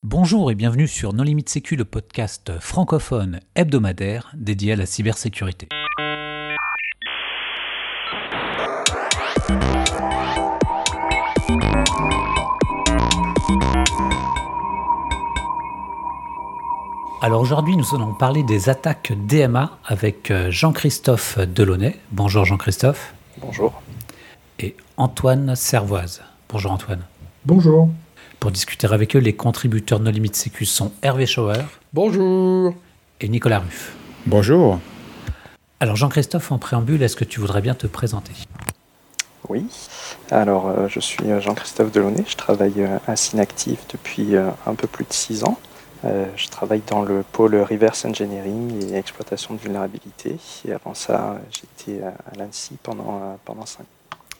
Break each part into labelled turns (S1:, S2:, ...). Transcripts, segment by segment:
S1: Bonjour et bienvenue sur Non Limite Sécu, le podcast francophone hebdomadaire dédié à la cybersécurité. Alors aujourd'hui, nous allons parler des attaques DMA avec Jean-Christophe Delaunay. Bonjour Jean-Christophe.
S2: Bonjour.
S1: Et Antoine Servoise. Bonjour Antoine.
S3: Bonjour.
S1: Pour discuter avec eux, les contributeurs No Limite Sécu sont Hervé Schauer.
S4: Bonjour.
S1: Et Nicolas Ruff.
S4: Bonjour.
S1: Alors Jean-Christophe, en préambule, est-ce que tu voudrais bien te présenter ?
S2: Oui. Alors, je suis Jean-Christophe Delaunay. Je travaille à Synactive depuis un peu plus de 6 ans. Je travaille dans le pôle Reverse Engineering et exploitation de vulnérabilité. Et avant ça, j'étais à l'ANSSI pendant 5 ans.
S1: Antoine ?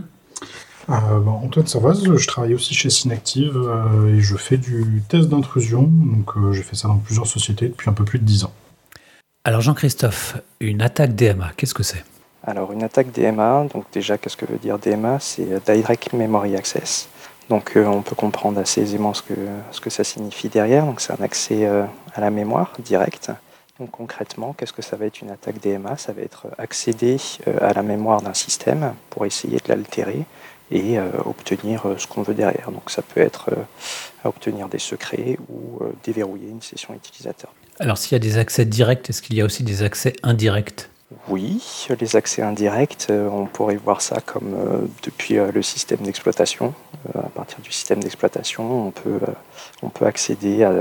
S3: Antoine Servoise, je travaille aussi chez Synactive et je fais du test d'intrusion. Donc j'ai fait ça dans plusieurs sociétés depuis un peu plus de 10 ans.
S1: Alors Jean-Christophe, une attaque DMA, qu'est-ce que c'est ?
S2: Alors une attaque DMA, donc déjà qu'est-ce que veut dire DMA ? C'est Direct Memory Access. Donc on peut comprendre assez aisément ce que ça signifie derrière. Donc c'est un accès à la mémoire direct. Donc concrètement, qu'est-ce que ça va être une attaque DMA ? Ça va être accéder à la mémoire d'un système pour essayer de l'altérer et obtenir ce qu'on veut derrière. Donc ça peut être obtenir des secrets ou déverrouiller une session utilisateur.
S1: Alors s'il y a des accès directs, est-ce qu'il y a aussi des accès indirects ?
S2: Oui, les accès indirects, on pourrait voir ça comme depuis le système d'exploitation. À partir du système d'exploitation, on peut accéder à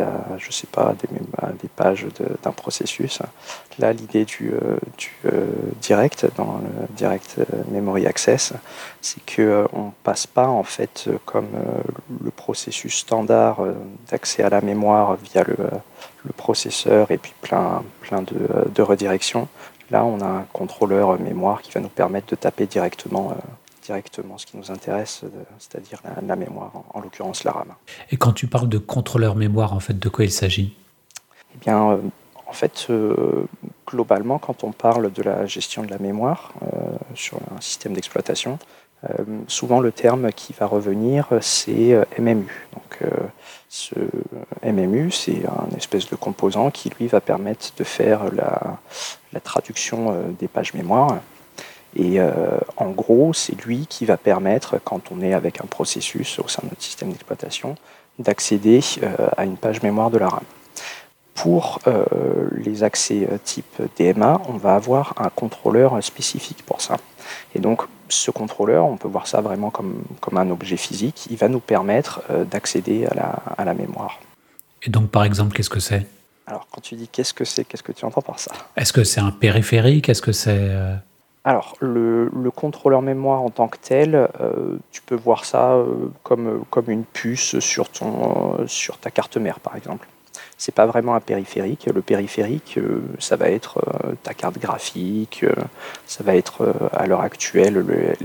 S2: des pages d'un processus. Là, l'idée du direct, dans le Direct Memory Access, c'est qu'on ne passe pas en fait comme le processus standard d'accès à la mémoire via le processeur et puis plein de redirections. Là, on a un contrôleur mémoire qui va nous permettre de taper directement ce qui nous intéresse, c'est-à-dire la mémoire, en l'occurrence la RAM.
S1: Et quand tu parles de contrôleur mémoire, en fait, de quoi il s'agit ?
S2: Eh bien, en fait, globalement, quand on parle de la gestion de la mémoire sur un système d'exploitation, souvent le terme qui va revenir, c'est MMU. Donc, ce MMU, c'est un espèce de composant qui, lui, va permettre de faire la traduction des pages mémoire. Et en gros, c'est lui qui va permettre, quand on est avec un processus au sein de notre système d'exploitation, d'accéder à une page mémoire de la RAM. Pour les accès type DMA, on va avoir un contrôleur spécifique pour ça. Et donc, ce contrôleur, on peut voir ça vraiment comme un objet physique. Il va nous permettre d'accéder à la mémoire.
S1: Et donc, par exemple, qu'est-ce que c'est ?
S2: Alors, quand tu dis qu'est-ce que c'est, qu'est-ce que tu entends par ça ?
S1: Est-ce que c'est un périphérique ? Est-ce que c'est...
S2: Alors, le contrôleur mémoire en tant que tel, tu peux voir ça comme une puce sur ta carte mère, par exemple. C'est pas vraiment un périphérique. Le périphérique, ça va être ta carte graphique, ça va être à l'heure actuelle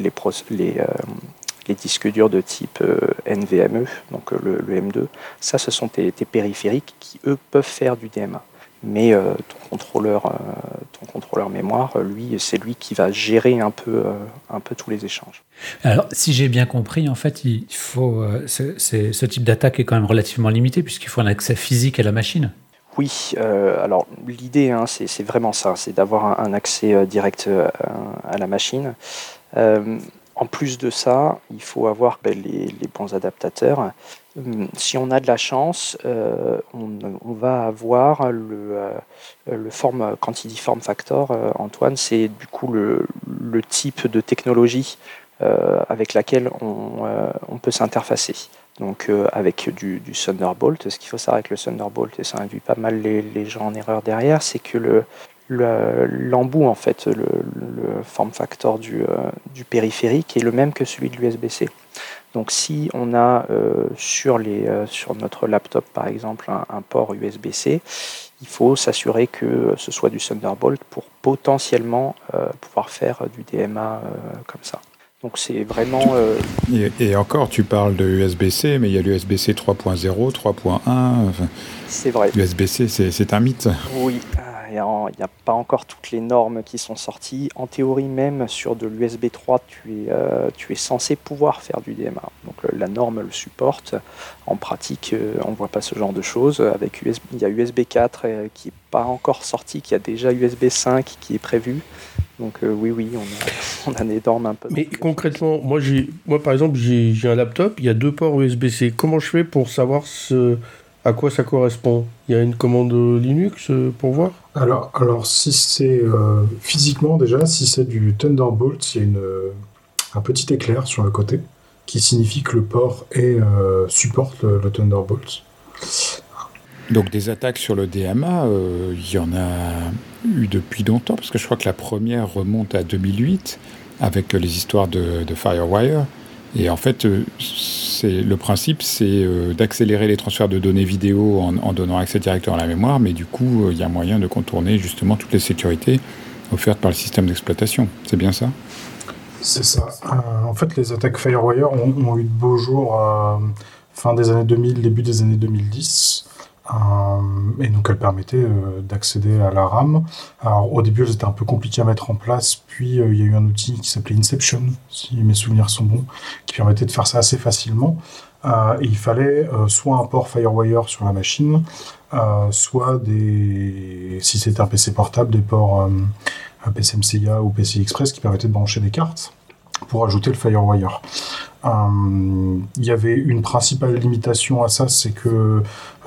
S2: les disques durs de type NVMe, donc le M2. Ça, ce sont tes périphériques qui, eux, peuvent faire du DMA. Mais ton contrôleur mémoire, lui, c'est lui qui va gérer un peu tous les échanges.
S1: Alors, si j'ai bien compris, en fait, il faut ce type d'attaque est quand même relativement limité puisqu'il faut un accès physique à la machine.
S2: Oui, alors l'idée, c'est vraiment ça, c'est d'avoir un accès direct à la machine. En plus de ça, il faut avoir les bons adaptateurs. Si on a de la chance, on va avoir quand il dit form factor, Antoine, c'est du coup le type de technologie avec laquelle on peut s'interfacer. Donc avec du Thunderbolt, ce qu'il faut savoir avec le Thunderbolt, et ça induit pas mal les gens en erreur derrière, c'est que l'embout, en fait, le form factor du périphérique est le même que celui de l'USB-C. Donc si on a sur notre laptop par exemple un port USB-C, il faut s'assurer que ce soit du Thunderbolt pour potentiellement pouvoir faire du DMA comme ça. Donc c'est vraiment...
S4: Et encore, tu parles de USB-C, mais il y a l'USB-C 3.0, 3.1...
S2: c'est vrai.
S4: USB-C, c'est un mythe.
S2: Oui, n'y a pas encore toutes les normes qui sont sorties. En théorie même, sur de l'USB 3, tu es censé pouvoir faire du DMA. Donc la norme le supporte. En pratique, on ne voit pas ce genre de choses. Il y a USB 4 qui n'est pas encore sorti, qui a déjà USB 5 qui est prévu. Donc oui, on a des normes un peu...
S5: Mais concrètement, moi par exemple, j'ai un laptop, il y a 2 ports USB-C. Comment je fais pour savoir à quoi ça correspond? Il y a une commande Linux pour voir?
S3: Alors si c'est physiquement déjà, si c'est du Thunderbolt, il y a un petit éclair sur le côté qui signifie que le port supporte le Thunderbolt.
S4: Donc des attaques sur le DMA, il y en a eu depuis longtemps, parce que je crois que la première remonte à 2008 avec les histoires de FireWire. Et en fait, le principe, c'est d'accélérer les transferts de données vidéo en donnant accès directement à la mémoire, mais du coup, il y a moyen de contourner justement toutes les sécurités offertes par le système d'exploitation. C'est bien ça?
S3: C'est ça. En fait, les attaques FireWire ont eu de beaux jours fin des années 2000, début des années 2010. Et donc elles permettaient d'accéder à la RAM. Alors au début elles étaient un peu compliquées à mettre en place, puis il y a eu un outil qui s'appelait Inception, si mes souvenirs sont bons, qui permettait de faire ça assez facilement. Et il fallait soit un port FireWire sur la machine, soit si c'était un PC portable, des ports PCMCIA ou PCI Express qui permettaient de brancher des cartes pour ajouter le FireWire. Il y avait une principale limitation à ça, c'est que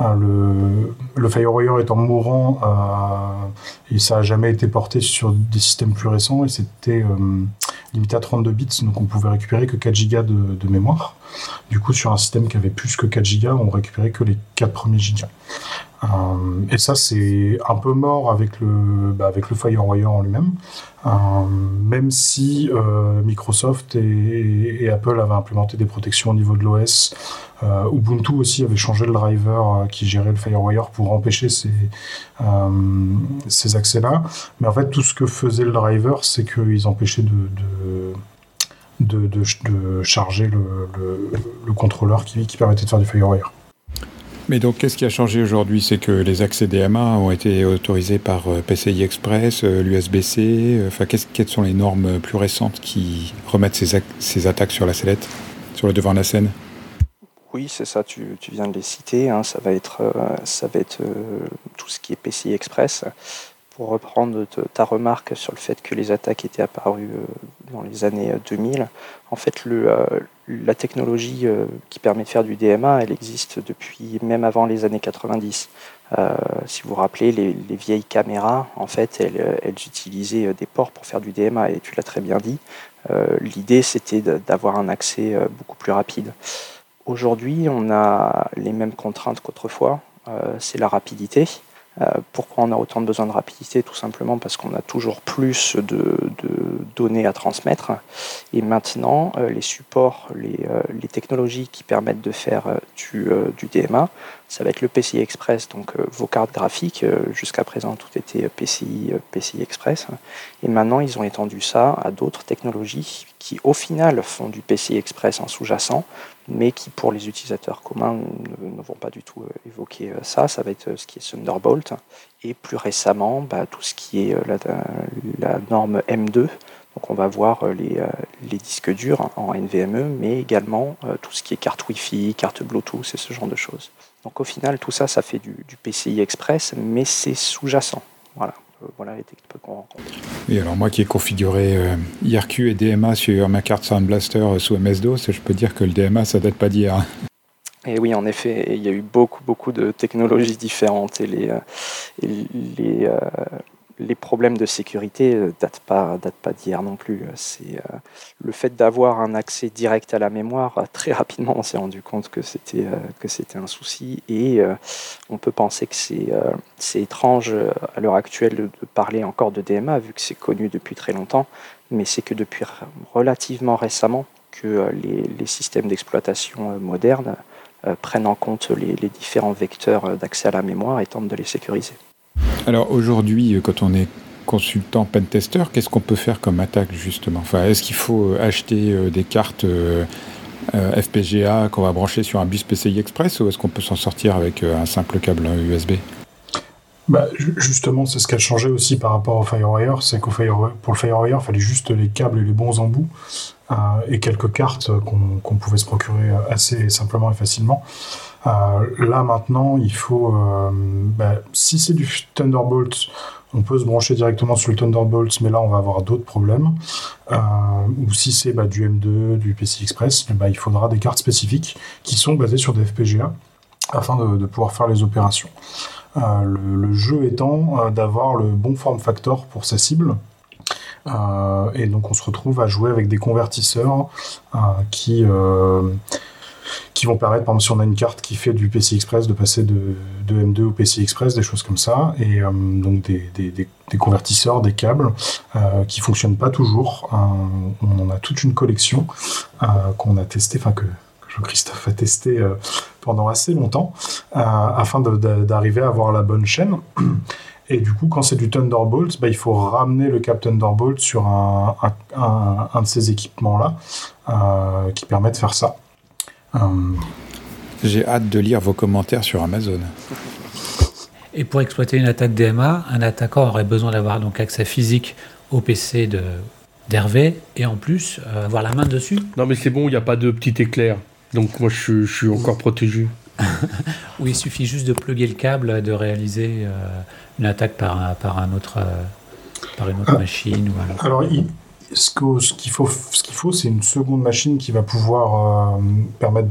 S3: le FireWire étant mourant, et ça n'a jamais été porté sur des systèmes plus récents, et c'était limité à 32 bits, donc on pouvait récupérer que 4 Go de mémoire. Du coup, sur un système qui avait plus que 4 Go, on récupérait que les 4 premiers gigas. Et ça, c'est un peu mort avec le FireWire en lui-même, même si Microsoft et Apple avaient implémenté des protections au niveau de l'OS. Ubuntu aussi avait changé le driver qui gérait le FireWire pour empêcher ces accès-là. Mais en fait, tout ce que faisait le driver, c'est qu'ils empêchaient de charger le contrôleur qui permettait de faire du FireWire.
S4: Mais donc, qu'est-ce qui a changé aujourd'hui? C'est que les accès DMA ont été autorisés par PCI Express, l'USB-C. Quelles sont les normes plus récentes qui remettent ces attaques sur la sellette, sur le devant de la scène?
S2: Oui, c'est ça, tu viens de les citer. Hein, ça va être tout ce qui est PCI Express. Pour reprendre ta remarque sur le fait que les attaques étaient apparues dans les années 2000, en fait, la technologie qui permet de faire du DMA, elle existe depuis même avant les années 90. Si vous vous rappelez, les vieilles caméras, en fait, elles utilisaient des ports pour faire du DMA, et tu l'as très bien dit. L'idée, c'était d'avoir un accès beaucoup plus rapide. Aujourd'hui, on a les mêmes contraintes qu'autrefois, c'est la rapidité. Pourquoi on a autant besoin de rapidité? Tout simplement parce qu'on a toujours plus de données à transmettre. Et maintenant, les supports, les technologies qui permettent de faire du DMA, ça va être le PCI Express, donc vos cartes graphiques. Jusqu'à présent, tout était PCI Express. Et maintenant, ils ont étendu ça à d'autres technologies qui, au final, font du PCI Express en sous-jacent, mais qui, pour les utilisateurs communs, ne vont pas du tout évoquer ça. Ça va être ce qui est Thunderbolt. Et plus récemment, tout ce qui est la norme M2. Donc on va voir les disques durs en NVMe, mais également tout ce qui est carte Wi-Fi, carte Bluetooth et ce genre de choses. Donc au final, tout ça, ça fait du PCI Express, mais c'est sous-jacent. Voilà les techniques qu'on rencontre.
S4: Oui, alors moi qui ai configuré IRQ et DMA sur ma carte Sound Blaster sous MS-DOS, je peux dire que le DMA, ça date pas d'hier.
S2: Et oui, en effet, il y a eu beaucoup de technologies différentes, et les problèmes de sécurité datent pas d'hier non plus. C'est le fait d'avoir un accès direct à la mémoire. Très rapidement, on s'est rendu compte que c'était un souci, et on peut penser que c'est étrange à l'heure actuelle de parler encore de DMA, vu que c'est connu depuis très longtemps, mais c'est que depuis relativement récemment que les systèmes d'exploitation modernes prennent en compte les différents vecteurs d'accès à la mémoire et tentent de les sécuriser.
S4: Alors aujourd'hui, quand on est consultant pentester, qu'est-ce qu'on peut faire comme attaque justement? Est-ce qu'il faut acheter des cartes FPGA qu'on va brancher sur un bus PCI Express, ou est-ce qu'on peut s'en sortir avec un simple câble USB?
S3: Justement, c'est ce qui a changé aussi par rapport au FireWire, c'est pour le FireWire, il fallait juste les câbles et les bons embouts et quelques cartes qu'on pouvait se procurer assez simplement et facilement. Là maintenant, il faut, si c'est du Thunderbolt, on peut se brancher directement sur le Thunderbolt, mais là on va avoir d'autres problèmes. Ou si c'est du M2, du PCI Express, il faudra des cartes spécifiques qui sont basées sur des FPGA afin de pouvoir faire les opérations. Le jeu étant d'avoir le bon form factor pour sa cible. Et donc on se retrouve à jouer avec des convertisseurs qui vont permettre, par exemple, si on a une carte qui fait du PCI Express, de passer de M2 au PCI Express, des choses comme ça, et donc des convertisseurs, des câbles qui fonctionnent pas toujours. On en a toute une collection qu'on a testé, que Jean-Christophe a testé pendant assez longtemps, afin d'arriver à avoir la bonne chaîne. Et du coup, quand c'est du Thunderbolt, il faut ramener le câble Thunderbolt sur un de ces équipements-là qui permet de faire ça.
S4: J'ai hâte de lire vos commentaires sur Amazon.
S1: Et pour exploiter une attaque DMA, un attaquant aurait besoin d'avoir donc accès physique au PC d'Hervé et en plus avoir la main dessus.
S5: Non mais c'est bon, il n'y a pas de petit éclair. Donc moi je suis encore protégé.
S1: Où il suffit juste de plugger le câble, de réaliser une attaque par une autre machine.
S3: Alors, ce qu'il faut, c'est une seconde machine qui va pouvoir permettre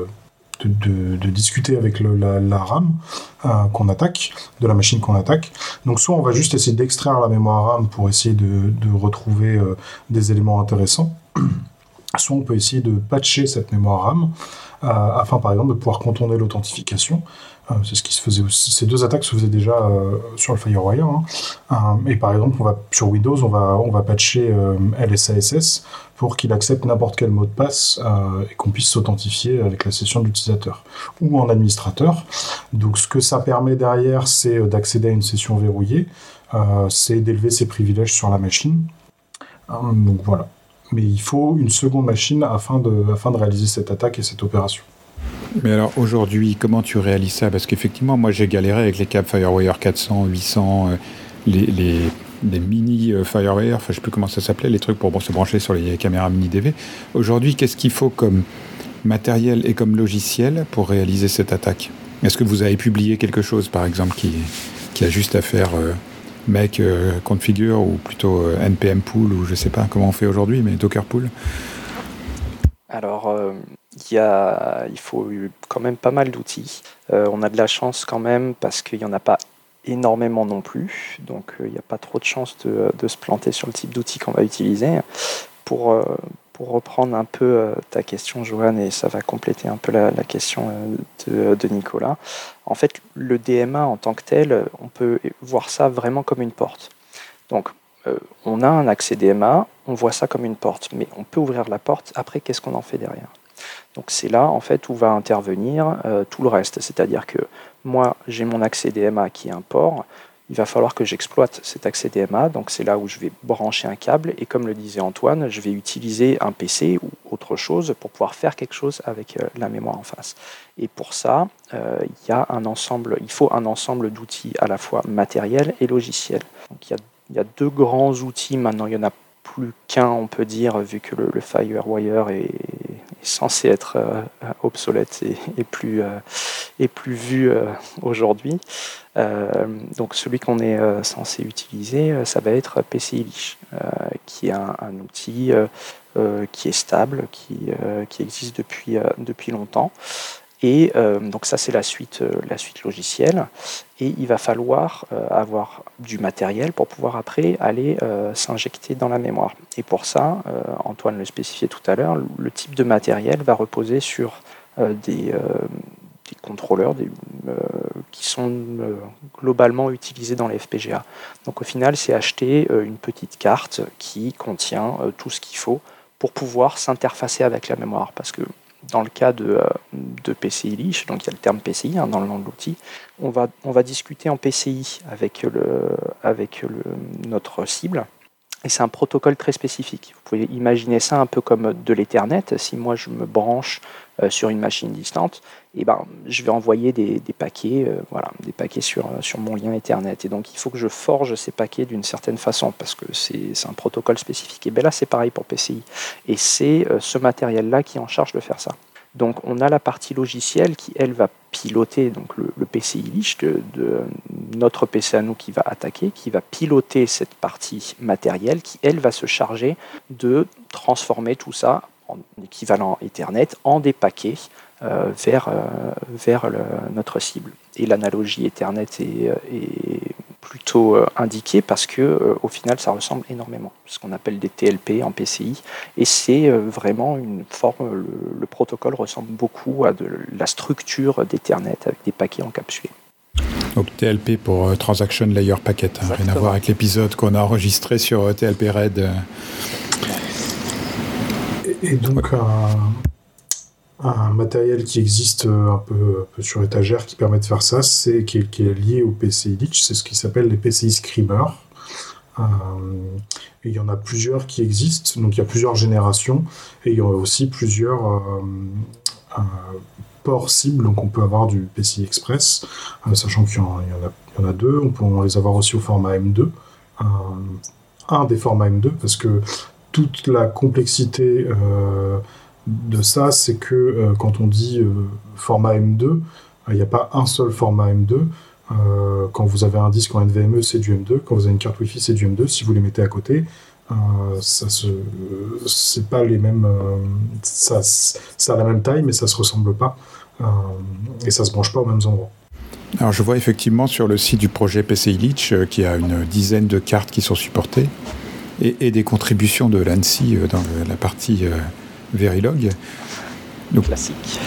S3: de discuter avec la RAM qu'on attaque, de la machine qu'on attaque. Donc soit on va juste essayer d'extraire la mémoire RAM pour essayer de retrouver des éléments intéressants, soit on peut essayer de patcher cette mémoire RAM afin par exemple de pouvoir contourner l'authentification. C'est ce qui se faisait aussi. Ces deux attaques se faisaient déjà sur le FireWire. Et par exemple, sur Windows, on va patcher LSASS pour qu'il accepte n'importe quel mot de passe et qu'on puisse s'authentifier avec la session de l'utilisateur ou en administrateur. Donc ce que ça permet derrière, c'est d'accéder à une session verrouillée, c'est d'élever ses privilèges sur la machine. Donc voilà. Mais il faut une seconde machine afin de réaliser cette attaque et cette opération.
S4: Mais alors aujourd'hui, comment tu réalises ça? Parce qu'effectivement, moi j'ai galéré avec les câbles FireWire 400, 800, les mini FireWire, je ne sais plus comment ça s'appelait, les trucs pour se brancher sur les caméras mini DV. Aujourd'hui, qu'est-ce qu'il faut comme matériel et comme logiciel pour réaliser cette attaque? Est-ce que vous avez publié quelque chose, par exemple, qui a juste à faire make configure ou plutôt npm pool ou je ne sais pas comment on fait aujourd'hui, mais Docker pool?
S2: Alors, il faut quand même pas mal d'outils. On a de la chance quand même parce qu'il n'y en a pas énormément non plus. Donc, il n'y a pas trop de chance de se planter sur le type d'outils qu'on va utiliser. Pour reprendre un peu ta question, Johan, et ça va compléter un peu la question de Nicolas. En fait, le DMA en tant que tel, on peut voir ça vraiment comme une porte. Donc, on a un accès DMA, on voit ça comme une porte, mais on peut ouvrir la porte, après qu'est-ce qu'on en fait derrière? Donc c'est là en fait où va intervenir tout le reste, c'est-à-dire que moi j'ai mon accès DMA qui est un port, il va falloir que j'exploite cet accès DMA, donc c'est là où je vais brancher un câble et comme le disait Antoine, je vais utiliser un PC ou autre chose pour pouvoir faire quelque chose avec la mémoire en face. Et pour ça, il faut un ensemble d'outils à la fois matériels et logiciels. Donc il y a deux grands outils, maintenant il n'y en a plus qu'un, on peut dire, vu que le FireWire est censé être obsolète et plus vu aujourd'hui. Donc celui qu'on est censé utiliser, ça va être PCI Lich, qui est un outil qui est stable, qui existe depuis longtemps. Et donc ça c'est la suite logicielle et il va falloir avoir du matériel pour pouvoir après aller s'injecter dans la mémoire. Et pour ça, Antoine le spécifiait tout à l'heure, le type de matériel va reposer sur des contrôleurs qui sont globalement utilisés dans les FPGA. Donc au final c'est acheter une petite carte qui contient tout ce qu'il faut pour pouvoir s'interfacer avec la mémoire, parce que dans le cas de PCI Lich, donc il y a le terme PCI dans le nom de l'outil, on va discuter en PCI avec notre cible, Et c'est un protocole très spécifique. Vous pouvez imaginer ça un peu comme de l'Ethernet. Si moi je me branche sur une machine distante, je vais envoyer des paquets, des paquets sur mon lien Ethernet. Et donc il faut que je forge ces paquets d'une certaine façon parce que c'est un protocole spécifique. Et bien là c'est pareil pour PCI. Et c'est ce matériel-là qui est en charge de faire ça. Donc on a la partie logicielle qui, elle, va piloter donc le PCI Lich de notre PC à nous qui va attaquer, qui va piloter cette partie matérielle qui, elle, va se charger de transformer tout ça en équivalent Ethernet en des paquets vers notre cible. Et l'analogie Ethernet est plutôt indiquée parce que au final ça ressemble énormément, ce qu'on appelle des TLP en PCI, et c'est vraiment une forme, le protocole ressemble beaucoup à de la structure d'Ethernet avec des paquets encapsulés.
S4: Donc TLP pour Transaction Layer Packet, rien à voir avec l'épisode qu'on a enregistré sur TLP Red.
S3: Et donc un matériel qui existe un peu sur étagère qui permet de faire ça, qui est lié au PCI Lich, c'est ce qui s'appelle les PCI Screamer. Et il y en a plusieurs qui existent, donc il y a plusieurs générations, et il y a aussi plusieurs ports cibles, donc on peut avoir du PCI Express, sachant qu'il y en a deux, on peut les avoir aussi au format M2, un des formats M2, parce que toute la complexité de ça, c'est que quand on dit format M2, il n'y a pas un seul format M2. Quand vous avez un disque en NVMe, c'est du M2. Quand vous avez une carte Wi-Fi, c'est du M2. Si vous les mettez à côté, c'est pas les mêmes. Ça a la même taille, mais ça se ressemble pas. Et ça se branche pas aux mêmes endroits.
S4: Alors je vois effectivement sur le site du projet PCI Lich qu'il y a une dizaine de cartes qui sont supportées et des contributions de l'ANSI dans la partie Verilog.
S2: Donc, classique.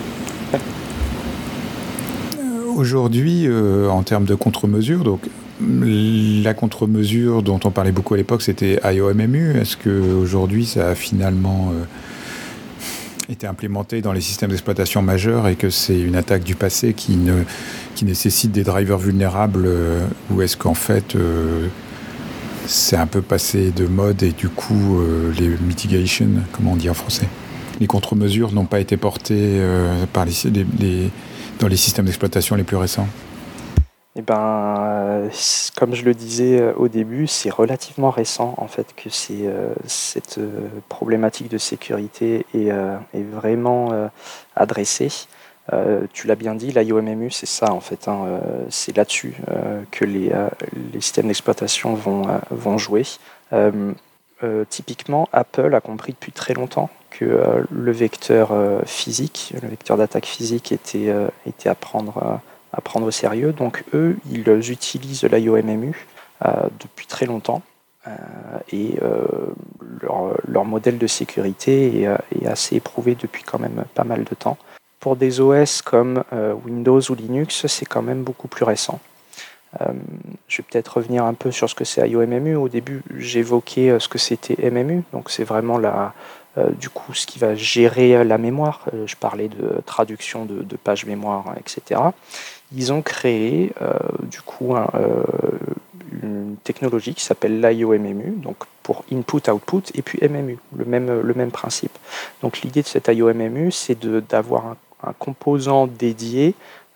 S4: Aujourd'hui, en termes de contre-mesures, donc la contre-mesure dont on parlait beaucoup à l'époque, c'était IOMMU. Est-ce qu'aujourd'hui, ça a finalement été implémenté dans les systèmes d'exploitation majeurs et que c'est une attaque du passé qui nécessite des drivers vulnérables, ou est-ce qu'en fait c'est un peu passé de mode et du coup les mitigations, comment on dit en français, les contre-mesures n'ont pas été portées par dans les systèmes d'exploitation les plus récents?
S2: Comme je le disais au début, c'est relativement récent en fait que cette problématique de sécurité est vraiment adressée. Tu l'as bien dit, l'IOMMU, c'est ça en fait. C'est là-dessus que les systèmes d'exploitation vont jouer. Typiquement, Apple a compris depuis très longtemps que le vecteur physique, le vecteur d'attaque physique était à prendre au sérieux. Donc eux, ils utilisent l'IOMMU depuis très longtemps. Et leur modèle de sécurité est assez éprouvé depuis quand même pas mal de temps. Pour des OS comme Windows ou Linux, c'est quand même beaucoup plus récent. Je vais peut-être revenir un peu sur ce que c'est IOMMU. Au début, j'évoquais ce que c'était MMU, donc c'est vraiment du coup ce qui va gérer la mémoire. Je parlais de traduction de pages mémoire, etc. Ils ont créé du coup une technologie qui s'appelle l'IOMMU, donc pour input-output, et puis MMU, le même principe. Donc l'idée de cet IOMMU, c'est d'avoir un composant dédié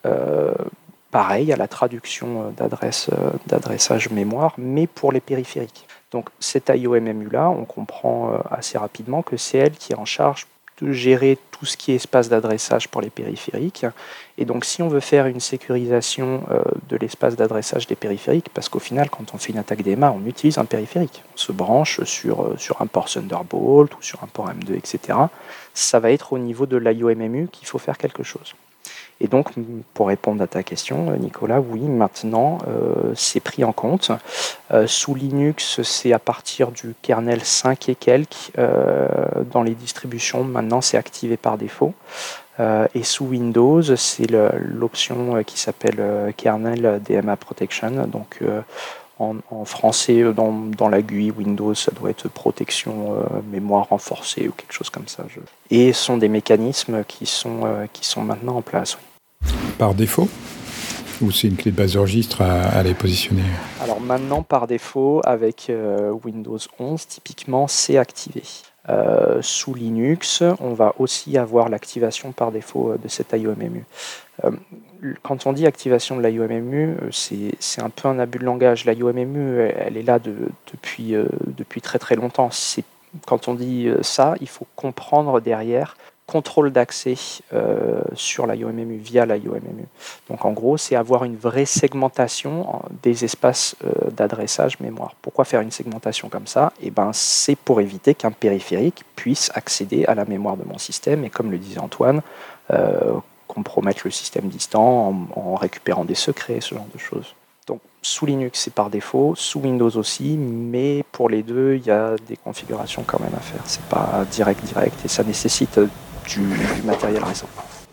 S2: pareil à la traduction d'adressage mémoire, mais pour les périphériques. Donc cette IOMMU-là, on comprend assez rapidement que c'est elle qui est en charge de gérer tout ce qui est espace d'adressage pour les périphériques. Et donc si on veut faire une sécurisation de l'espace d'adressage des périphériques, parce qu'au final, quand on fait une attaque DMA, on utilise un périphérique. On se branche sur un port Thunderbolt ou sur un port M2, etc. Ça va être au niveau de l'IOMMU qu'il faut faire quelque chose. Et donc, pour répondre à ta question, Nicolas, oui, maintenant, c'est pris en compte. Sous Linux, c'est à partir du kernel 5 et quelques. Dans les distributions, maintenant, c'est activé par défaut. Et sous Windows, c'est l'option qui s'appelle kernel DMA Protection. Donc, en français, dans la GUI Windows, ça doit être protection mémoire renforcée ou quelque chose comme ça. Et ce sont des mécanismes qui sont maintenant en place. Oui.
S4: Par défaut ? Ou c'est une clé de base de registre à les positionner?
S2: Alors maintenant, par défaut, avec Windows 11, typiquement, c'est activé. Sous Linux, on va aussi avoir l'activation par défaut de cet IOMMU. Quand on dit activation de l'IOMMU, c'est un peu un abus de langage. L'IOMMU, elle est là depuis très très longtemps. Quand on dit ça, il faut comprendre derrière contrôle d'accès sur l'IOMMU, via l'IOMMU. Donc en gros, c'est avoir une vraie segmentation des espaces d'adressage mémoire. Pourquoi faire une segmentation comme ça? C'est pour éviter qu'un périphérique puisse accéder à la mémoire de mon système et, comme le disait Antoine, compromettre le système distant en récupérant des secrets, ce genre de choses. Donc sous Linux, c'est par défaut, sous Windows aussi, mais pour les deux, il y a des configurations quand même à faire. C'est pas direct et ça nécessite du matériel récent.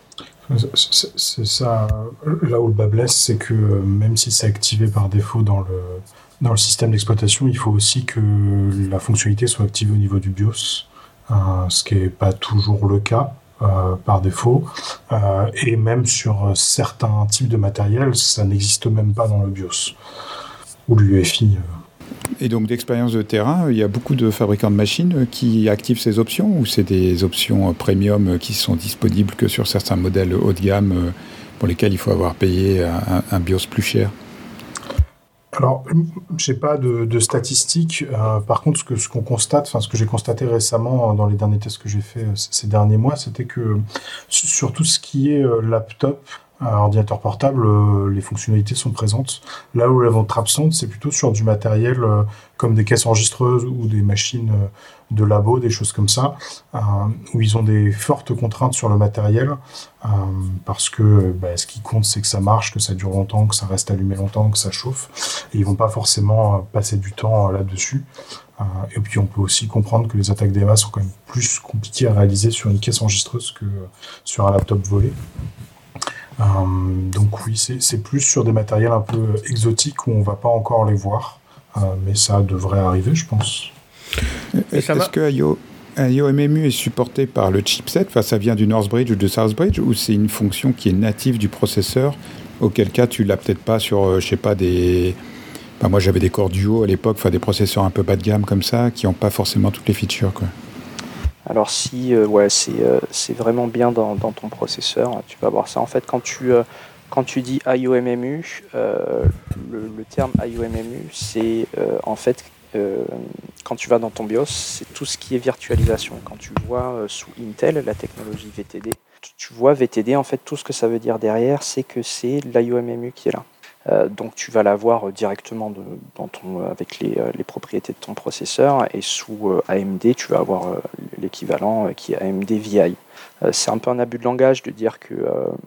S3: C'est ça, là où le bas blesse, c'est que même si c'est activé par défaut dans le système d'exploitation, il faut aussi que la fonctionnalité soit activée au niveau du BIOS, ce qui n'est pas toujours le cas par défaut, et même sur certains types de matériel, ça n'existe même pas dans le BIOS, ou l'UEFI.
S4: Et donc, d'expérience de terrain, il y a beaucoup de fabricants de machines qui activent ces options, ou c'est des options premium qui sont disponibles que sur certains modèles haut de gamme pour lesquels il faut avoir payé un BIOS plus cher?
S3: Alors, je n'ai pas de statistiques. Par contre, ce qu'on constate, ce que j'ai constaté récemment dans les derniers tests que j'ai fait ces derniers mois, c'était que sur tout ce qui est laptop, ordinateur portable, les fonctionnalités sont présentes. Là où elles vont être absentes, c'est plutôt sur du matériel comme des caisses enregistreuses ou des machines de labo, des choses comme ça, où ils ont des fortes contraintes sur le matériel, parce que ce qui compte, c'est que ça marche, que ça dure longtemps, que ça reste allumé longtemps, que ça chauffe, et ils vont pas forcément passer du temps là-dessus. Et puis on peut aussi comprendre que les attaques DMA sont quand même plus compliquées à réaliser sur une caisse enregistreuse que sur un laptop volé. Donc oui, c'est plus sur des matériels un peu exotiques où on va pas encore les voir, mais ça devrait arriver, je pense.
S4: Est-ce que IOMMU est supporté par le chipset, ça vient du Northbridge ou de Southbridge, ou c'est une fonction qui est native du processeur, auquel cas tu l'as peut-être pas sur, je sais pas, des... moi j'avais des Core Duo à l'époque, des processeurs un peu bas de gamme comme ça, qui n'ont pas forcément toutes les features, quoi.
S2: Alors si c'est vraiment bien dans ton processeur, tu vas voir ça. En fait, quand tu dis IOMMU, le terme IOMMU, c'est en fait quand tu vas dans ton BIOS, c'est tout ce qui est virtualisation. Quand tu vois sous Intel la technologie VTD, tu vois VTD, en fait tout ce que ça veut dire derrière, c'est que c'est l'IOMMU qui est là. Donc tu vas l'avoir directement avec les propriétés de ton processeur, et sous AMD tu vas avoir l'équivalent qui est AMD VI. C'est un peu un abus de langage de dire que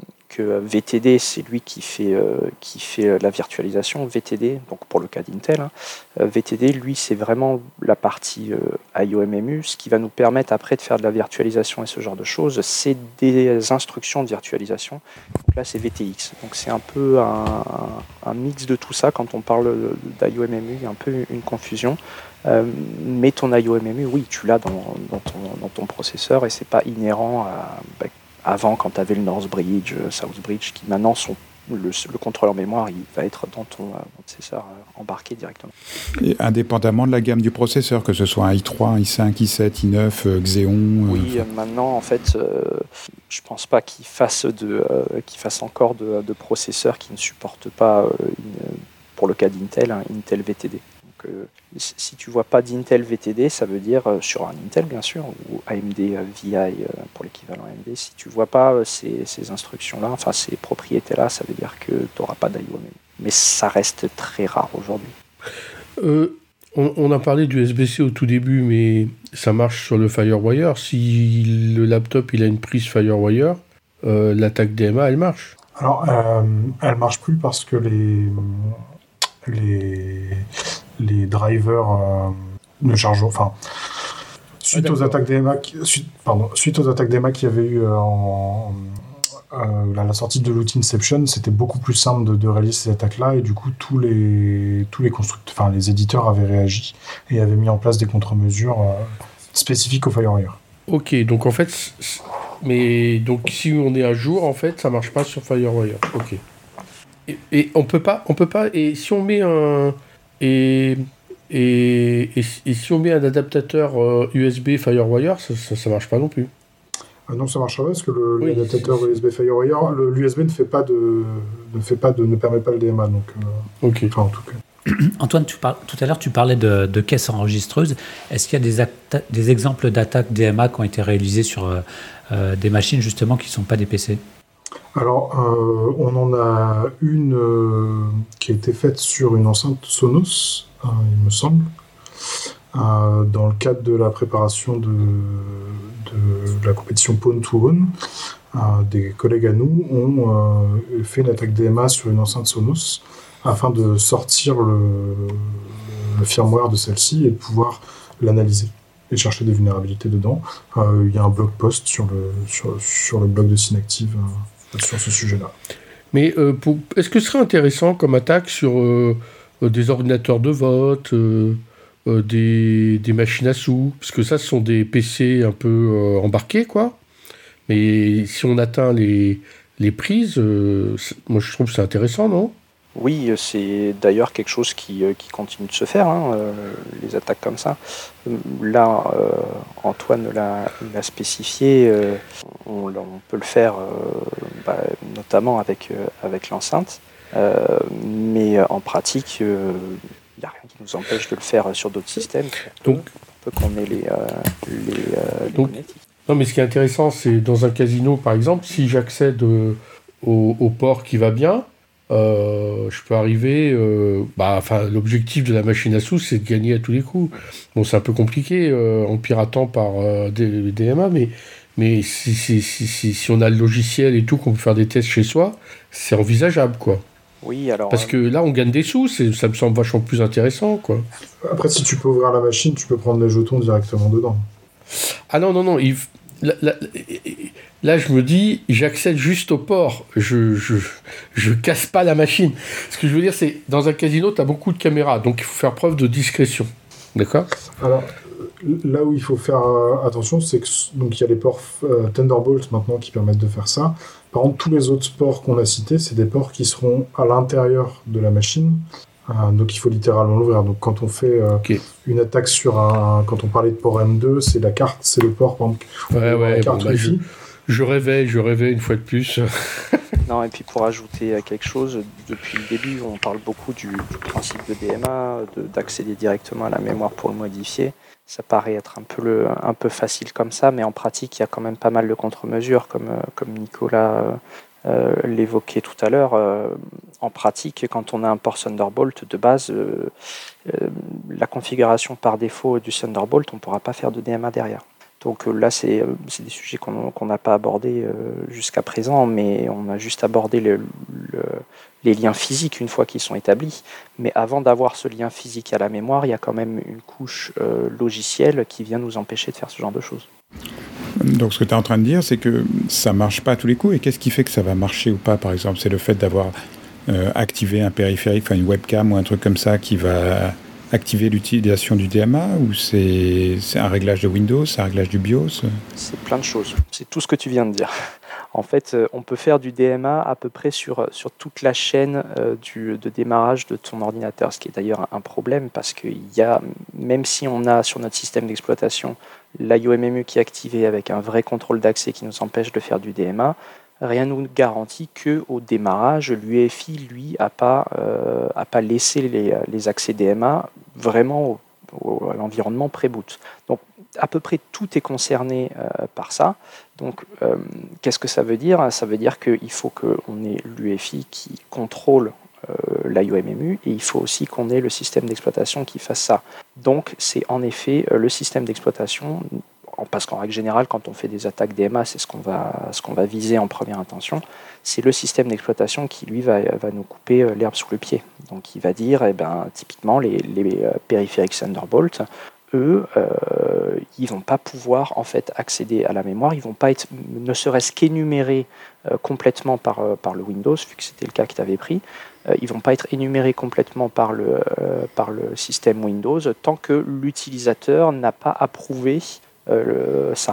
S2: VTD c'est lui qui fait la virtualisation. VTD, donc pour le cas d'Intel, VTD lui c'est vraiment la partie IOMMU. Ce qui va nous permettre après de faire de la virtualisation et ce genre de choses, c'est des instructions de virtualisation. Donc là c'est VTX. Donc c'est un peu un mix de tout ça. Quand on parle d'IOMMU, il y a un peu une confusion. Mais ton IOMMU, oui, tu l'as dans ton processeur, et c'est pas inhérent avant, quand tu avais le Northbridge, Southbridge, qui maintenant sont le contrôleur mémoire, il va être dans ton processeur embarqué directement.
S4: Et indépendamment de la gamme du processeur, que ce soit un i3, un i5, i7, i9, Xeon.
S2: Oui, maintenant en fait, je pense pas qu'ils fassent encore de processeurs qui ne supportent pas, pour le cas d'Intel, Intel VTD. Donc, si tu vois pas d'Intel VTD, ça veut dire sur un Intel bien sûr, ou AMD VI pour l'équivalent AMD. Si tu vois pas ces instructions-là, ces propriétés-là, ça veut dire que tu n'auras pas d'IOMMU. Mais ça reste très rare aujourd'hui.
S5: On a parlé du USB-C au tout début, mais ça marche sur le FireWire. Si le laptop il a une prise FireWire, l'attaque DMA, elle marche.
S3: Alors, elle marche plus parce que les drivers ne chargent... Suite aux attaques DMA qu'il y avait eu à la sortie de l'outil Inception, c'était beaucoup plus simple de réaliser ces attaques-là, et du coup tous les constructeurs, les éditeurs avaient réagi et avaient mis en place des contre-mesures spécifiques au FireWire.
S5: Ok, donc en fait, mais donc si on est à jour, en fait, ça marche pas sur FireWire. Ok. Et on peut pas. Et si on met un et si on met un adaptateur USB FireWire, ça marche pas non plus.
S3: Non, ça marchera pas parce que
S5: Oui,
S3: l'adaptateur USB FireWire, l'USB ne permet pas le DMA. Donc,
S5: ok.
S3: enfin, en tout cas.
S1: Antoine, tout à l'heure, tu parlais de caisses enregistreuses. Est-ce qu'il y a des exemples d'attaques DMA qui ont été réalisées sur des machines justement qui ne sont pas des PC?
S3: Alors, on en a une qui a été faite sur une enceinte Sonos, il me semble, dans le cadre de la préparation de la compétition Pawn to Own. Des collègues à nous ont fait une attaque DMA sur une enceinte Sonos afin de sortir le firmware de celle-ci et de pouvoir l'analyser et chercher des vulnérabilités dedans. Il y a un blog post sur le blog de Synactive sur ce sujet-là.
S5: Mais est-ce que ce serait intéressant comme attaque sur des ordinateurs de vote, des machines à sous? Parce que ça, ce sont des PC un peu embarqués, quoi. Mais si on atteint les prises, moi je trouve que c'est intéressant, non?
S2: Oui, c'est d'ailleurs quelque chose qui continue de se faire, les attaques comme ça. Là, Antoine l'a spécifié, on peut le faire notamment avec l'enceinte, mais en pratique, il n'y a rien qui nous empêche de le faire sur d'autres systèmes. Donc, on peut qu'on ait les connectiques.
S5: Non, mais ce qui est intéressant, c'est dans un casino, par exemple, si j'accède au port qui va bien, je peux arriver. L'objectif de la machine à sous, c'est de gagner à tous les coups. Bon, c'est un peu compliqué en piratant par des DMA, mais si on a le logiciel et tout, qu'on peut faire des tests chez soi, c'est envisageable, quoi.
S2: Oui, alors.
S5: Parce que là, on gagne des sous, ça me semble vachement plus intéressant, quoi.
S3: Après, si tu peux ouvrir la machine, tu peux prendre les jetons directement dedans.
S5: Ah non. Là, je me dis, j'accède juste au port. Je casse pas la machine. Ce que je veux dire, c'est, dans un casino, tu as beaucoup de caméras, donc il faut faire preuve de discrétion. D'accord ?
S3: Alors, là où il faut faire attention, c'est que donc il y a les ports Thunderbolt maintenant qui permettent de faire ça. Par contre, tous les autres ports qu'on a cités, c'est des ports qui seront à l'intérieur de la machine. Donc il faut littéralement l'ouvrir. Donc quand on fait une attaque sur quand on parlait de port M2, c'est la carte, c'est le port, par exemple.
S5: La carte Wi-Fi. Je rêvais une fois de plus.
S2: Non, et puis pour ajouter quelque chose, depuis le début, on parle beaucoup du principe de DMA, d'accéder directement à la mémoire pour le modifier. Ça paraît être un peu facile comme ça, mais en pratique, il y a quand même pas mal de contre-mesures, comme Nicolas l'évoquait tout à l'heure. En pratique, quand on a un port Thunderbolt de base, la configuration par défaut du Thunderbolt, on ne pourra pas faire de DMA derrière. Donc là, c'est des sujets qu'on n'a pas abordés jusqu'à présent, mais on a juste abordé les liens physiques une fois qu'ils sont établis. Mais avant d'avoir ce lien physique à la mémoire, il y a quand même une couche logicielle qui vient nous empêcher de faire ce genre de choses.
S4: Donc ce que tu es en train de dire, c'est que ça ne marche pas à tous les coups. Et qu'est-ce qui fait que ça va marcher ou pas, par exemple? C'est le fait d'avoir activé un périphérique, enfin une webcam ou un truc comme ça qui va activer l'utilisation du DMA, ou c'est un réglage de Windows, c'est un réglage du BIOS?
S2: C'est plein de choses. C'est tout ce que tu viens de dire. En fait, on peut faire du DMA à peu près sur toute la chaîne de démarrage de ton ordinateur, ce qui est d'ailleurs un problème parce que même si on a sur notre système d'exploitation l'IOMMU qui est activé avec un vrai contrôle d'accès qui nous empêche de faire du DMA, rien ne nous garantit qu'au démarrage, l'UEFI, lui, a pas laissé les accès DMA vraiment à l'environnement pré-boot. Donc, à peu près tout est concerné par ça. Donc, qu'est-ce que ça veut dire? Ça veut dire qu'il faut qu'on ait l'UEFI qui contrôle l'IOMMU et il faut aussi qu'on ait le système d'exploitation qui fasse ça. Donc, c'est en effet le système d'exploitation, parce qu'en règle générale, quand on fait des attaques DMA, c'est ce qu'on va viser en première intention. C'est le système d'exploitation qui, lui, va nous couper l'herbe sous le pied. Donc, il va dire, typiquement, les périphériques Thunderbolt, eux, ils ne vont pas pouvoir en fait accéder à la mémoire, ils ne vont pas être, ne serait-ce qu'énumérés complètement par le Windows, vu que c'était le cas que tu avais pris, ils ne vont pas être énumérés complètement par le système Windows tant que l'utilisateur n'a pas approuvé ça.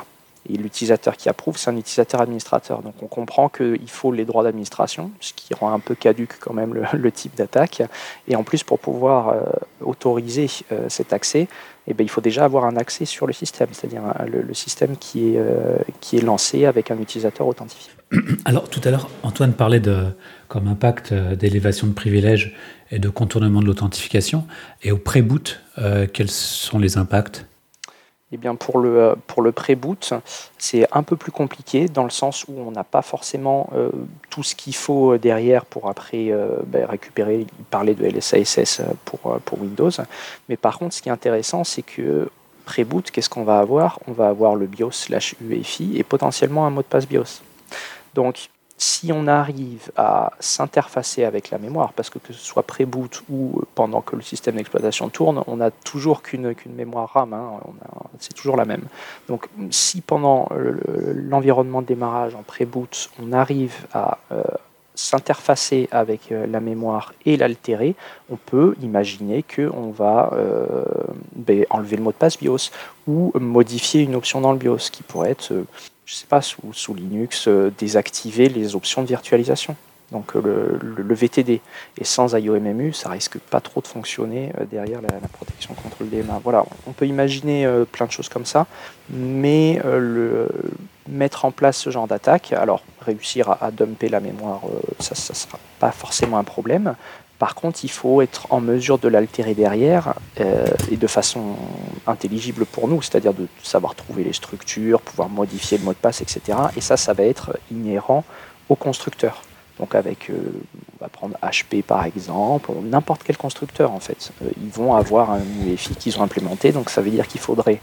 S2: Et l'utilisateur qui approuve, c'est un utilisateur administrateur. Donc on comprend qu'il faut les droits d'administration, ce qui rend un peu caduque quand même le type d'attaque. Et en plus, pour pouvoir autoriser cet accès, il faut déjà avoir un accès sur le système, c'est-à-dire le système qui est lancé avec un utilisateur authentifié.
S1: Alors tout à l'heure, Antoine parlait comme impact d'élévation de privilèges et de contournement de l'authentification. Et au pré-boot, quels sont les impacts ?
S2: Eh bien pour le pré-boot, c'est un peu plus compliqué dans le sens où on n'a pas forcément tout ce qu'il faut derrière pour après récupérer, il parlait de LSASS pour Windows. Mais par contre, ce qui est intéressant, c'est que pré-boot, qu'est-ce qu'on va avoir ? On va avoir le BIOS/UEFI et potentiellement un mot de passe BIOS. Donc, si on arrive à s'interfacer avec la mémoire, parce que ce soit pré-boot ou pendant que le système d'exploitation tourne, on n'a toujours qu'une mémoire RAM, c'est toujours la même. Donc si pendant l'environnement de démarrage en pré-boot, on arrive à s'interfacer avec la mémoire et l'altérer, on peut imaginer qu'on va enlever le mot de passe BIOS ou modifier une option dans le BIOS qui pourrait être... je ne sais pas, sous Linux, désactiver les options de virtualisation, donc le VTD. Et sans IOMMU, ça risque pas trop de fonctionner derrière la protection contre le DMA. Voilà, on peut imaginer plein de choses comme ça, mais mettre en place ce genre d'attaque, alors réussir à dumper la mémoire, ça ne sera pas forcément un problème. Par contre, il faut être en mesure de l'altérer derrière et de façon intelligible pour nous, c'est-à-dire de savoir trouver les structures, pouvoir modifier le mot de passe, etc. Et ça va être inhérent au constructeur. Donc on va prendre HP par exemple, ou n'importe quel constructeur en fait. Ils vont avoir un UEFI qu'ils ont implémenté, donc ça veut dire qu'il faudrait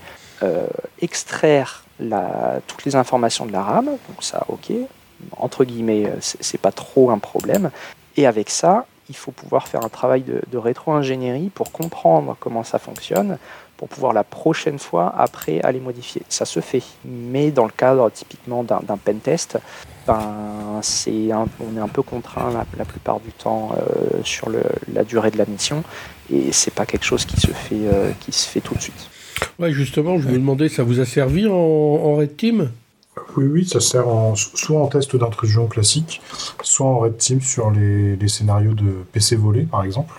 S2: extraire toutes les informations de la RAM, donc ça ok, entre guillemets, c'est pas trop un problème. Et avec ça, il faut pouvoir faire un travail de rétro-ingénierie pour comprendre comment ça fonctionne, pour pouvoir la prochaine fois, après, aller modifier. Ça se fait, mais dans le cadre typiquement d'un pentest, on est un peu contraint la plupart du temps sur la durée de la mission, et c'est pas quelque chose qui se fait tout de suite.
S5: Ouais, justement, je me demandais, ça vous a servi en Red Team ?
S3: Oui, ça sert soit en test d'intrusion classique, soit en Red Team sur les scénarios de PC volé, par exemple,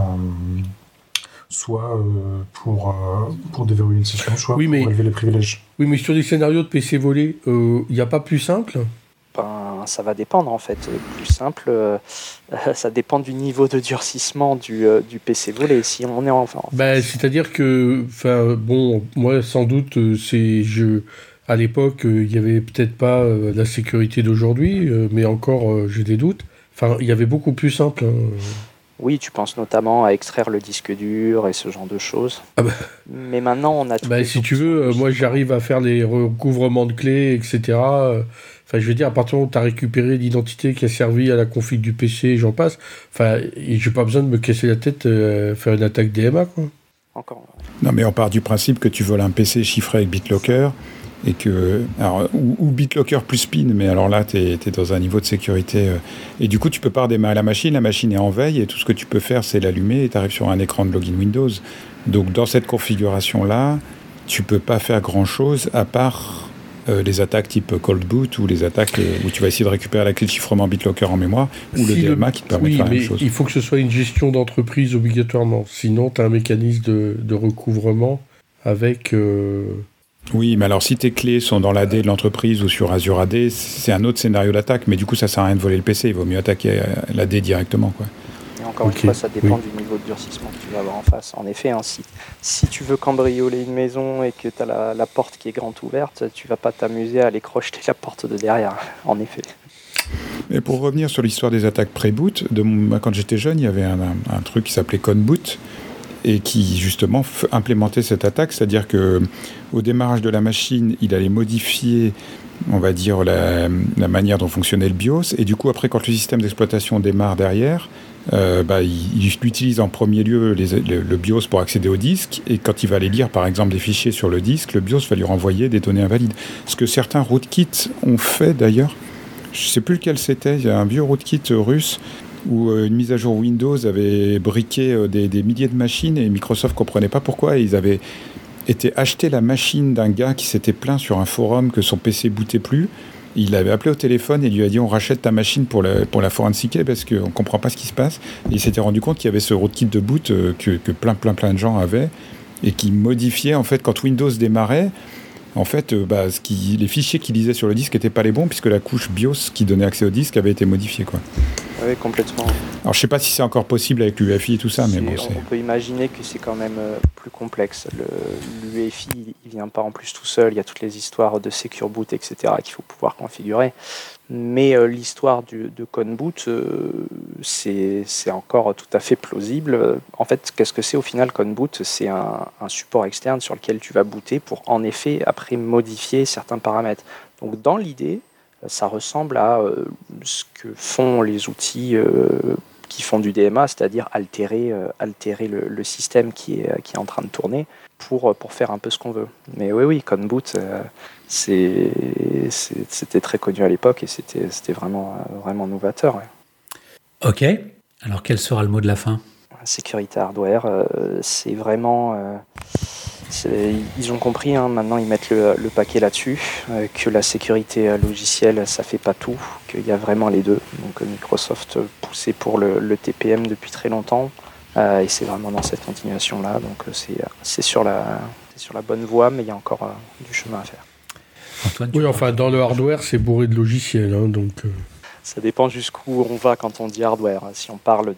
S3: soit pour déverrouiller une session, soit pour relever les privilèges.
S5: Oui, mais sur des scénarios de PC volé, il n'y a pas plus simple ?
S2: Ça va dépendre en fait. Plus simple, ça dépend du niveau de durcissement du PC volé. Si on est
S5: c'est-à-dire que, moi sans doute, à l'époque, il n'y avait peut-être pas la sécurité d'aujourd'hui, mais encore, j'ai des doutes. Enfin, il y avait beaucoup plus simple.
S2: Oui, tu penses notamment à extraire le disque dur et ce genre de choses. Mais maintenant, on a tout.
S5: Si tu veux, moi, j'arrive à faire les recouvrements de clés, etc. Enfin, je veux dire, à partir du moment où tu as récupéré l'identité qui a servi à la config du PC, j'en passe. Enfin, j'ai pas besoin de me casser la tête faire une attaque DMA, quoi.
S2: Encore.
S4: Non, mais on part du principe que tu voles un PC chiffré avec BitLocker. Et ou BitLocker plus PIN, mais alors là, tu es dans un niveau de sécurité. Et du coup, tu peux pas redémarrer la machine est en veille, et tout ce que tu peux faire, c'est l'allumer, et tu arrives sur un écran de login Windows. Donc, dans cette configuration-là, tu peux pas faire grand-chose, à part les attaques type Cold Boot, ou les attaques où tu vas essayer de récupérer la clé de chiffrement BitLocker en mémoire, ou le DMA qui te permet de faire la même chose.
S5: Il faut que ce soit une gestion d'entreprise obligatoirement. Sinon, tu as un mécanisme de recouvrement avec...
S4: Oui, mais alors si tes clés sont dans l'AD de l'entreprise ou sur Azure AD, c'est un autre scénario d'attaque, mais du coup ça sert à rien de voler le PC, il vaut mieux attaquer l'AD directement, quoi.
S2: Et encore une fois, ça dépend du niveau de durcissement que tu vas avoir en face. En effet, si tu veux cambrioler une maison et que tu as la porte qui est grande ouverte, tu vas pas t'amuser à aller crocheter la porte de derrière, en effet.
S4: Et pour revenir sur l'histoire des attaques pré-boot, quand j'étais jeune, il y avait un truc qui s'appelait Conboot, et qui justement implémentait cette attaque, c'est-à-dire que au démarrage de la machine, il allait modifier, on va dire, la manière dont fonctionnait le BIOS, et du coup après, quand le système d'exploitation démarre derrière, il utilise en premier lieu le BIOS pour accéder au disque, et quand il va aller lire par exemple des fichiers sur le disque, le BIOS va lui renvoyer des données invalides. Ce que certains rootkits ont fait d'ailleurs, je ne sais plus lequel c'était, il y a un vieux rootkit russe où une mise à jour Windows avait briqué des milliers de machines, et Microsoft ne comprenait pas pourquoi, et ils avaient était acheté la machine d'un gars qui s'était plaint sur un forum que son PC bootait plus. Il l'avait appelé au téléphone et lui a dit on rachète ta machine pour la forensiquer parce qu'on ne comprend pas ce qui se passe. Et il s'était rendu compte qu'il y avait ce rootkit de boot que plein de gens avaient et qui modifiait en fait quand Windows démarrait. En fait, les fichiers qu'il lisait sur le disque n'étaient pas les bons puisque la couche BIOS qui donnait accès au disque avait été modifiée, quoi.
S2: Oui, complètement.
S4: Alors, je ne sais pas si c'est encore possible avec l'UEFI et tout ça, mais bon,
S2: on peut imaginer que c'est quand même plus complexe. L'UEFI, il ne vient pas en plus tout seul. Il y a toutes les histoires de Secure Boot, etc., qu'il faut pouvoir configurer. Mais l'histoire de Conboot, c'est encore tout à fait plausible. En fait, qu'est-ce que c'est au final Conboot ? C'est un support externe sur lequel tu vas booter pour, en effet, après modifier certains paramètres. Donc, dans l'idée, ça ressemble à ce que font les outils qui font du DMA, c'est-à-dire altérer le système qui est en train de tourner pour faire un peu ce qu'on veut. Mais oui, Conboot, c'était très connu à l'époque et c'était vraiment novateur. Ouais.
S1: Ok, alors quel sera le mot de la fin ?
S2: Sécurité hardware, c'est vraiment... ils ont compris, maintenant ils mettent le paquet là-dessus, que la sécurité logicielle ça fait pas tout, qu'il y a vraiment les deux. Donc Microsoft poussait pour le TPM depuis très longtemps et c'est vraiment dans cette continuation-là. Donc c'est sur la bonne voie, mais il y a encore du chemin à faire.
S1: Antoine,
S5: oui, enfin dans le hardware c'est bourré de logiciels, donc...
S2: Ça dépend jusqu'où on va quand on dit hardware. Si on parle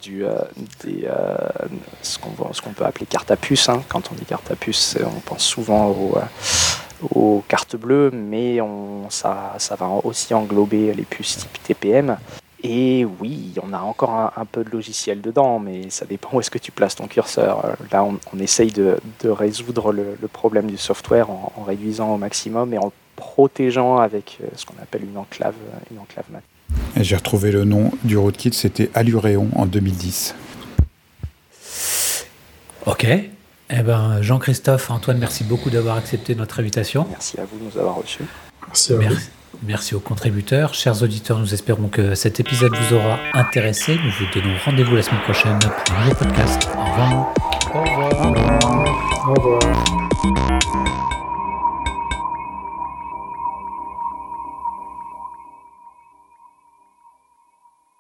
S2: ce qu'on peut appeler carte à puce, quand on dit carte à puce, on pense souvent aux cartes bleues, mais ça va aussi englober les puces type TPM. Et oui, on a encore un peu de logiciel dedans, mais ça dépend où est-ce que tu places ton curseur. Là, on essaye de résoudre le problème du software en réduisant au maximum et en protégeant avec ce qu'on appelle une enclave mat.
S4: Et j'ai retrouvé le nom du rootkit, c'était Aluréon en 2010.
S1: Ok. Jean-Christophe, Antoine, merci beaucoup d'avoir accepté notre invitation.
S2: Merci à vous de nous avoir reçus.
S3: Merci à vous.
S1: Merci aux contributeurs. Chers auditeurs, nous espérons que cet épisode vous aura intéressé. Nous vous donnons rendez-vous la semaine prochaine pour un nouveau podcast. Au revoir.
S5: Au revoir.
S3: Au revoir.